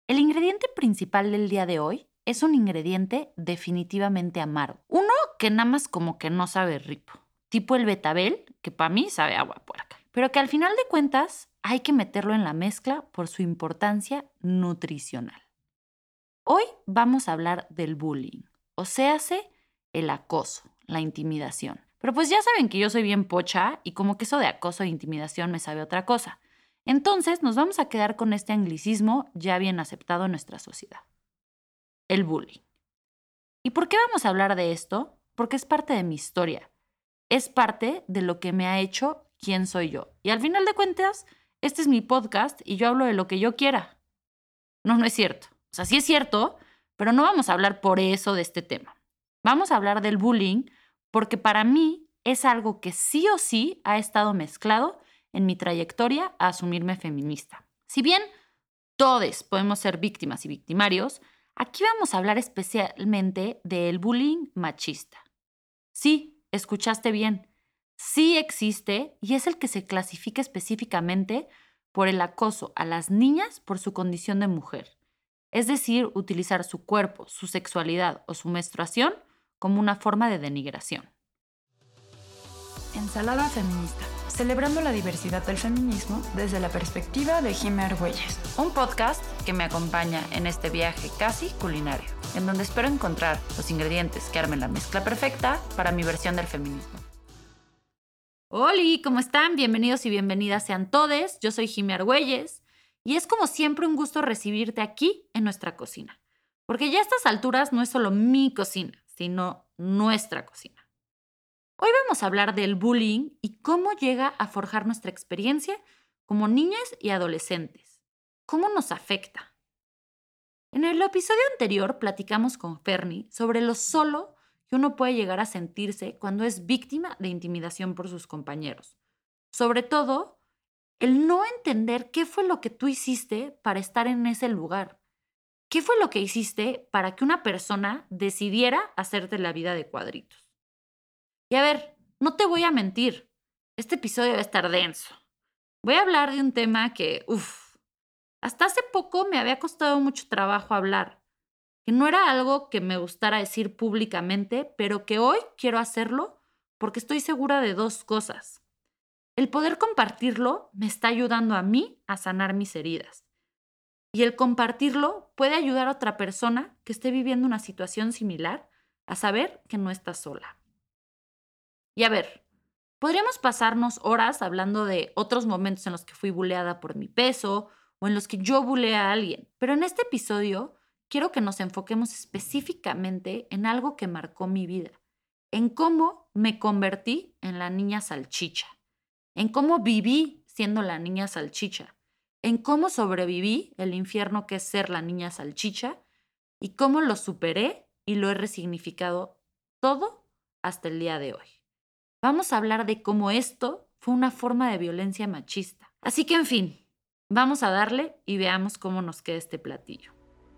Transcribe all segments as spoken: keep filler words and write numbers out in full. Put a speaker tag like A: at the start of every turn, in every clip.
A: El ingrediente principal del día de hoy es un ingrediente definitivamente amargo. Uno que nada más como que no sabe rico, tipo el betabel, que para mí sabe a agua puerca, pero que al final de cuentas hay que meterlo en la mezcla por su importancia nutricional. Hoy vamos a hablar del bullying, o séase el acoso, la intimidación. Pero pues ya saben que yo soy bien pocha y como que eso de acoso e intimidación me sabe otra cosa. Entonces nos vamos a quedar con este anglicismo ya bien aceptado en nuestra sociedad. El bullying. ¿Y por qué vamos a hablar de esto? Porque es parte de mi historia. Es parte de lo que me ha hecho quién soy yo. Y al final de cuentas, este es mi podcast y yo hablo de lo que yo quiera. No, no es cierto. O sea, sí es cierto, pero no vamos a hablar por eso de este tema. Vamos a hablar del bullying porque para mí es algo que sí o sí ha estado mezclado en mi trayectoria a asumirme feminista. Si bien todos podemos ser víctimas y victimarios, aquí vamos a hablar especialmente del bullying machista. Sí, escuchaste bien. Sí existe y es el que se clasifica específicamente por el acoso a las niñas por su condición de mujer. Es decir, utilizar su cuerpo, su sexualidad o su menstruación como una forma de denigración.
B: Ensalada feminista, celebrando la diversidad del feminismo desde la perspectiva de Jimmy Argüelles.
A: Un podcast que me acompaña en este viaje casi culinario, en donde espero encontrar los ingredientes que armen la mezcla perfecta para mi versión del feminismo. Hola, ¿cómo están? Bienvenidos y bienvenidas sean todes. Yo soy Jimmy Argüelles y es como siempre un gusto recibirte aquí en nuestra cocina, porque ya a estas alturas no es solo mi cocina, sino nuestra cocina. Hoy vamos a hablar del bullying y cómo llega a forjar nuestra experiencia como niñas y adolescentes. ¿Cómo nos afecta? En el episodio anterior platicamos con Fernie sobre lo solo que uno puede llegar a sentirse cuando es víctima de intimidación por sus compañeros. Sobre todo, el no entender qué fue lo que tú hiciste para estar en ese lugar. ¿Qué fue lo que hiciste para que una persona decidiera hacerte la vida de cuadritos? Y a ver, no te voy a mentir, este episodio va a estar denso. Voy a hablar de un tema que, uff, hasta hace poco me había costado mucho trabajo hablar, que no era algo que me gustara decir públicamente, pero que hoy quiero hacerlo porque estoy segura de dos cosas. El poder compartirlo me está ayudando a mí a sanar mis heridas. Y el compartirlo puede ayudar a otra persona que esté viviendo una situación similar a saber que no está sola. Y a ver, podríamos pasarnos horas hablando de otros momentos en los que fui buleada por mi peso o en los que yo buleé a alguien, pero en este episodio quiero que nos enfoquemos específicamente en algo que marcó mi vida, en cómo me convertí en la niña salchicha, en cómo viví siendo la niña salchicha, en cómo sobreviví el infierno que es ser la niña salchicha y cómo lo superé y lo he resignificado todo hasta el día de hoy. Vamos a hablar de cómo esto fue una forma de violencia machista. Así que, en fin, vamos a darle y veamos cómo nos queda este platillo.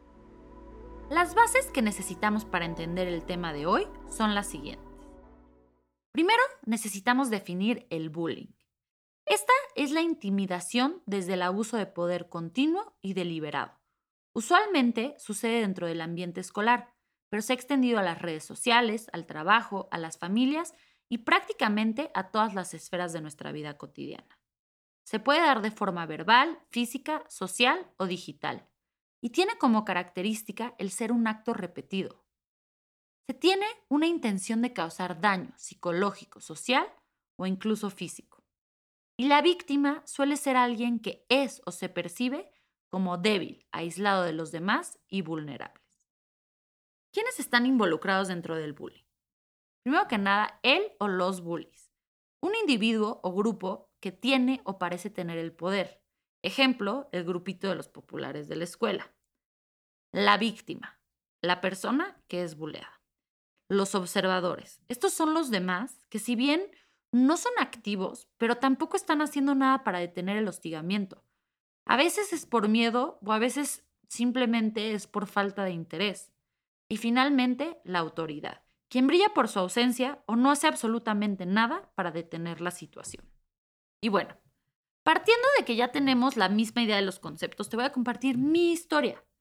A: Las bases que necesitamos para entender el tema de hoy son las siguientes. Primero, necesitamos definir el bullying. Esta es la intimidación desde el abuso de poder continuo y deliberado. Usualmente sucede dentro del ambiente escolar, pero se ha extendido a las redes sociales, al trabajo, a las familias y prácticamente a todas las esferas de nuestra vida cotidiana. Se puede dar de forma verbal, física, social o digital, y tiene como característica el ser un acto repetido. Se tiene una intención de causar daño psicológico, social o incluso físico. Y la víctima suele ser alguien que es o se percibe como débil, aislado de los demás y vulnerables. ¿Quiénes están involucrados dentro del bullying? Primero que nada, él o los bullies. Un individuo o grupo que tiene o parece tener el poder. Ejemplo, el grupito de los populares de la escuela. La víctima. La persona que es buleada. Los observadores. Estos son los demás que, si bien no son activos, pero tampoco están haciendo nada para detener el hostigamiento. A veces es por miedo o a veces simplemente es por falta de interés. Y finalmente, la autoridad, quien brilla por su ausencia o no hace absolutamente nada para detener la situación. Y bueno, partiendo de que ya tenemos la misma idea de los conceptos, te voy a compartir mi historia.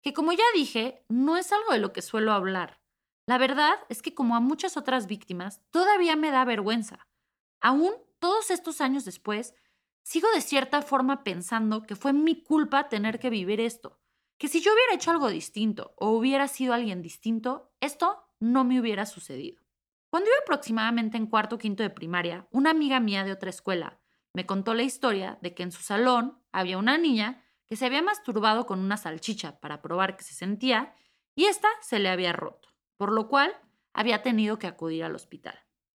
A: que como ya dije, no es algo de lo que suelo hablar. La verdad es que como a muchas otras víctimas, todavía me da vergüenza. Aún todos estos años después, sigo de cierta forma pensando que fue mi culpa tener que vivir esto, que si yo hubiera hecho algo distinto o hubiera sido alguien distinto, esto no me hubiera sucedido. Cuando iba aproximadamente en cuarto o quinto de primaria, una amiga mía de otra escuela me contó la historia de que en su salón había una niña que se había masturbado con una salchicha para probar que se sentía y ésta se le había roto, por lo cual había tenido que acudir al hospital.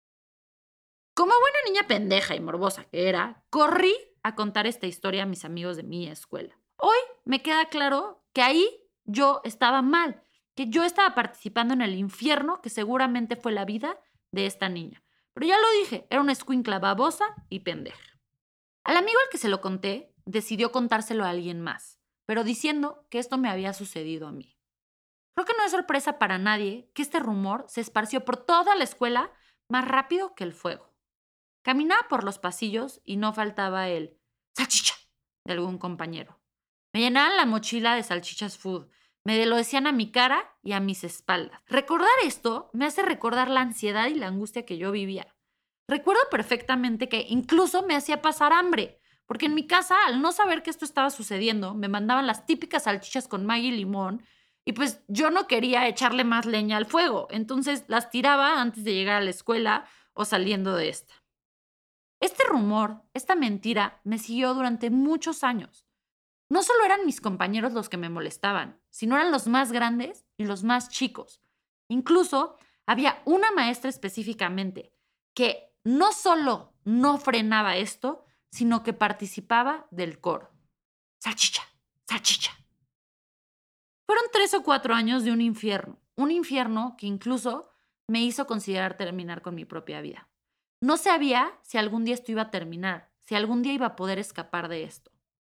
A: Como buena niña pendeja y morbosa que era, corrí a contar esta historia a mis amigos de mi escuela. Hoy me queda claro que ahí yo estaba mal, que yo estaba participando en el infierno que seguramente fue la vida de esta niña. Pero ya lo dije, era una escuincla babosa y pendeja. Al amigo al que se lo conté, decidió contárselo a alguien más, pero diciendo que esto me había sucedido a mí. Creo que no es sorpresa para nadie que este rumor se esparció por toda la escuela más rápido que el fuego. Caminaba por los pasillos y no faltaba el salchicha de algún compañero. Me llenaban la mochila de salchichas food. Me lo decían a mi cara y a mis espaldas. Recordar esto me hace recordar la ansiedad y la angustia que yo vivía. Recuerdo perfectamente que incluso me hacía pasar hambre, porque en mi casa, al no saber que esto estaba sucediendo, me mandaban las típicas salchichas con Maggi y limón, y pues yo no quería echarle más leña al fuego, entonces las tiraba antes de llegar a la escuela o saliendo de esta. Este rumor, esta mentira, me siguió durante muchos años. No solo eran mis compañeros los que me molestaban, sino eran los más grandes y los más chicos. Incluso había una maestra específicamente que no solo no frenaba esto, sino que participaba del coro. Salchicha, salchicha. Fueron tres o cuatro años de un infierno, un infierno que incluso me hizo considerar terminar con mi propia vida. No sabía si algún día esto iba a terminar, si algún día iba a poder escapar de esto.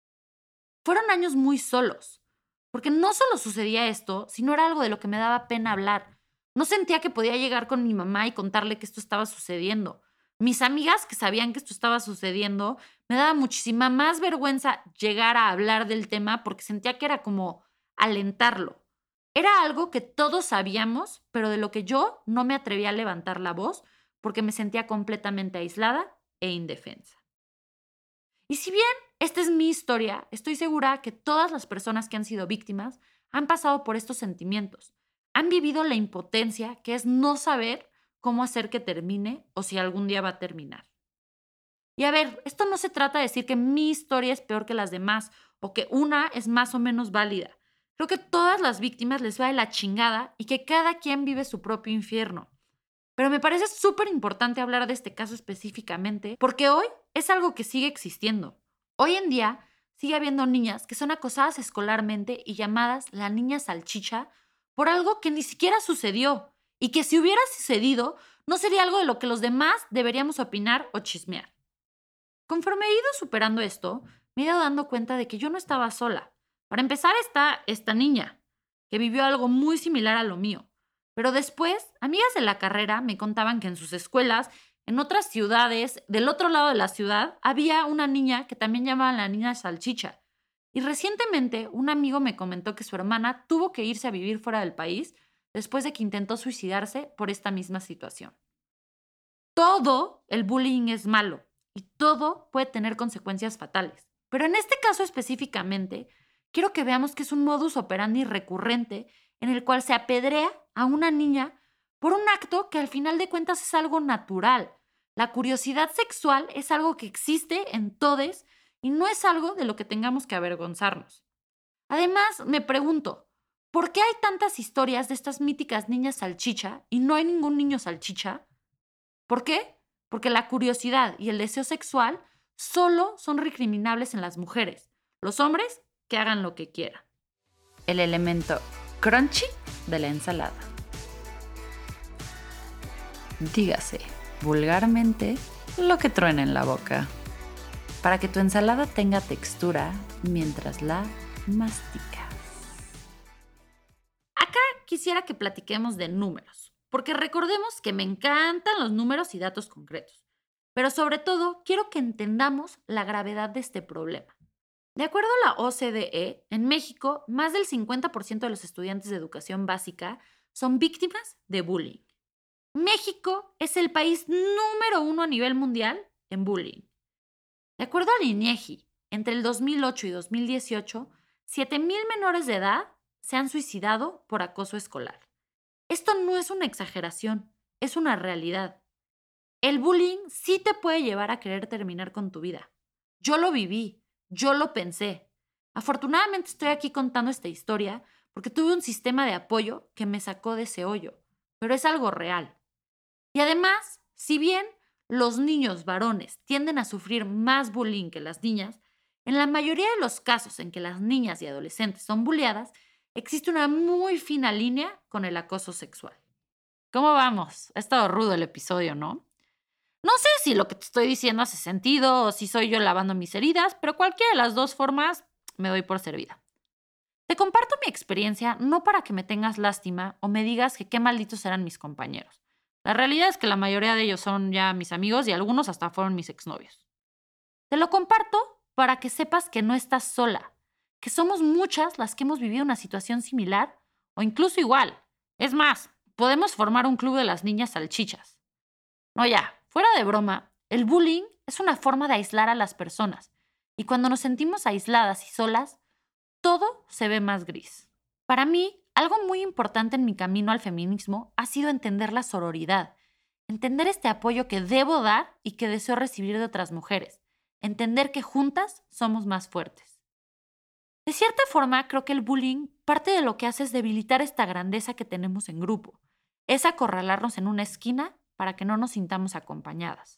A: Fueron años muy solos, porque no solo sucedía esto, sino era algo de lo que me daba pena hablar. No sentía que podía llegar con mi mamá y contarle que esto estaba sucediendo. Mis amigas que sabían que esto estaba sucediendo, me daba muchísima más vergüenza llegar a hablar del tema porque sentía que era como alentarlo. Era algo que todos sabíamos, pero de lo que yo no me atrevía a levantar la voz porque me sentía completamente aislada e indefensa. Y si bien esta es mi historia, estoy segura que todas las personas que han sido víctimas han pasado por estos sentimientos. Han vivido la impotencia que es no saber cómo hacer que termine o si algún día va a terminar. Y a ver, esto no se trata de decir que mi historia es peor que las demás o que una es más o menos válida. Creo que todas las víctimas les va de la chingada y que cada quien vive su propio infierno. Pero me parece súper importante hablar de este caso específicamente porque hoy es algo que sigue existiendo. Hoy en día sigue habiendo niñas que son acosadas escolarmente y llamadas la niña salchicha por algo que ni siquiera sucedió y que si hubiera sucedido no sería algo de lo que los demás deberíamos opinar o chismear. Conforme he ido superando esto, me he ido dando cuenta de que yo no estaba sola. Para empezar está esta niña, que vivió algo muy similar a lo mío. Pero después, amigas de la carrera me contaban que en sus escuelas, en otras ciudades, del otro lado de la ciudad, había una niña que también llamaban la niña salchicha. Y recientemente un amigo me comentó que su hermana tuvo que irse a vivir fuera del país después de que intentó suicidarse por esta misma situación. Todo el bullying es malo y todo puede tener consecuencias fatales. Pero en este caso específicamente, quiero que veamos que es un modus operandi recurrente en el cual se apedrea a una niña por un acto que al final de cuentas es algo natural. La curiosidad sexual es algo que existe en todes y no es algo de lo que tengamos que avergonzarnos. Además, me pregunto, ¿por qué hay tantas historias de estas míticas niñas salchicha y no hay ningún niño salchicha? ¿Por qué? Porque la curiosidad y el deseo sexual solo son recriminables en las mujeres. Los hombres, que hagan lo que quieran. El elemento crunchy de la ensalada. Dígase, vulgarmente, lo que truena en la boca. Para que tu ensalada tenga textura mientras la masticas. Acá quisiera que platiquemos de números, porque recordemos que me encantan los números y datos concretos. Pero sobre todo, quiero que entendamos la gravedad de este problema. De acuerdo a la O C D E, en México, más del cincuenta por ciento de los estudiantes de educación básica son víctimas de bullying. México es el país número uno a nivel mundial en bullying. De acuerdo al INEGI, entre el dos mil ocho y dos mil dieciocho, siete mil menores de edad se han suicidado por acoso escolar. Esto no es una exageración, es una realidad. El bullying sí te puede llevar a querer terminar con tu vida. Yo lo viví, yo lo pensé. Afortunadamente estoy aquí contando esta historia porque tuve un sistema de apoyo que me sacó de ese hoyo, pero es algo real. Y además, si bien los niños varones tienden a sufrir más bullying que las niñas, en la mayoría de los casos en que las niñas y adolescentes son bulleadas, existe una muy fina línea con el acoso sexual. ¿Cómo vamos? Ha estado rudo el episodio, ¿no? No sé si lo que te estoy diciendo hace sentido o si soy yo lavando mis heridas, pero cualquiera de las dos formas me doy por servida. Te comparto mi experiencia no para que me tengas lástima o me digas que qué malditos eran mis compañeros. La realidad es que la mayoría de ellos son ya mis amigos y algunos hasta fueron mis exnovios. Te lo comparto para que sepas que no estás sola, que somos muchas las que hemos vivido una situación similar o incluso igual. Es más, podemos formar un club de las niñas salchichas. No, ya, fuera de broma, el bullying es una forma de aislar a las personas y cuando nos sentimos aisladas y solas, todo se ve más gris. Para mí, algo muy importante en mi camino al feminismo ha sido entender la sororidad, entender este apoyo que debo dar y que deseo recibir de otras mujeres, entender que juntas somos más fuertes. De cierta forma, creo que el bullying parte de lo que hace es debilitar esta grandeza que tenemos en grupo, es acorralarnos en una esquina para que no nos sintamos acompañadas.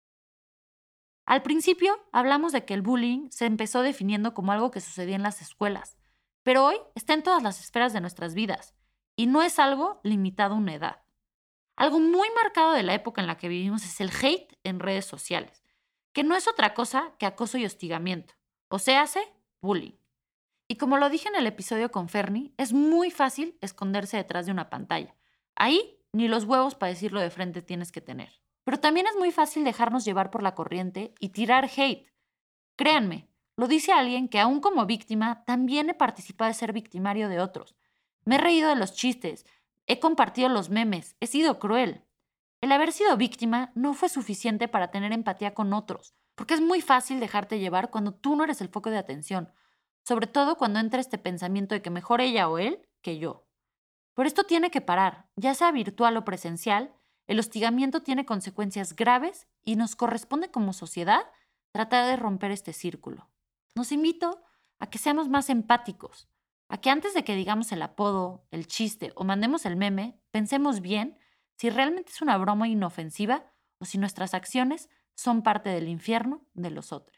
A: Al principio hablamos de que el bullying se empezó definiendo como algo que sucedía en las escuelas, pero hoy está en todas las esferas de nuestras vidas y no es algo limitado a una edad. Algo muy marcado de la época en la que vivimos es el hate en redes sociales, que no es otra cosa que acoso y hostigamiento, o se hace bullying. Y como lo dije en el episodio con Fernie, es muy fácil esconderse detrás de una pantalla. Ahí ni los huevos para decirlo de frente tienes que tener. Pero también es muy fácil dejarnos llevar por la corriente y tirar hate. Créanme, lo dice alguien que aún como víctima también he participado de ser victimario de otros. Me he reído de los chistes, he compartido los memes, he sido cruel. El haber sido víctima no fue suficiente para tener empatía con otros, porque es muy fácil dejarte llevar cuando tú no eres el foco de atención, sobre todo cuando entra este pensamiento de que mejor ella o él que yo. Pero esto tiene que parar, ya sea virtual o presencial. El hostigamiento tiene consecuencias graves y nos corresponde como sociedad tratar de romper este círculo. Nos invito a que seamos más empáticos, a que antes de que digamos el apodo, el chiste o mandemos el meme, pensemos bien si realmente es una broma inofensiva o si nuestras acciones son parte del infierno de los otros.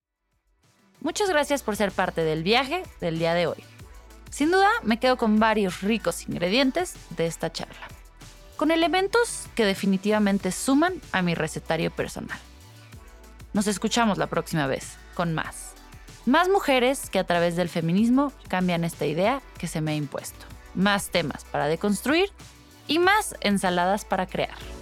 A: Muchas gracias por ser parte del viaje del día de hoy. Sin duda, me quedo con varios ricos ingredientes de esta charla, con elementos que definitivamente suman a mi recetario personal. Nos escuchamos la próxima vez con más. Más mujeres que a través del feminismo cambian esta idea que se me ha impuesto. Más temas para deconstruir y más ensaladas para crear.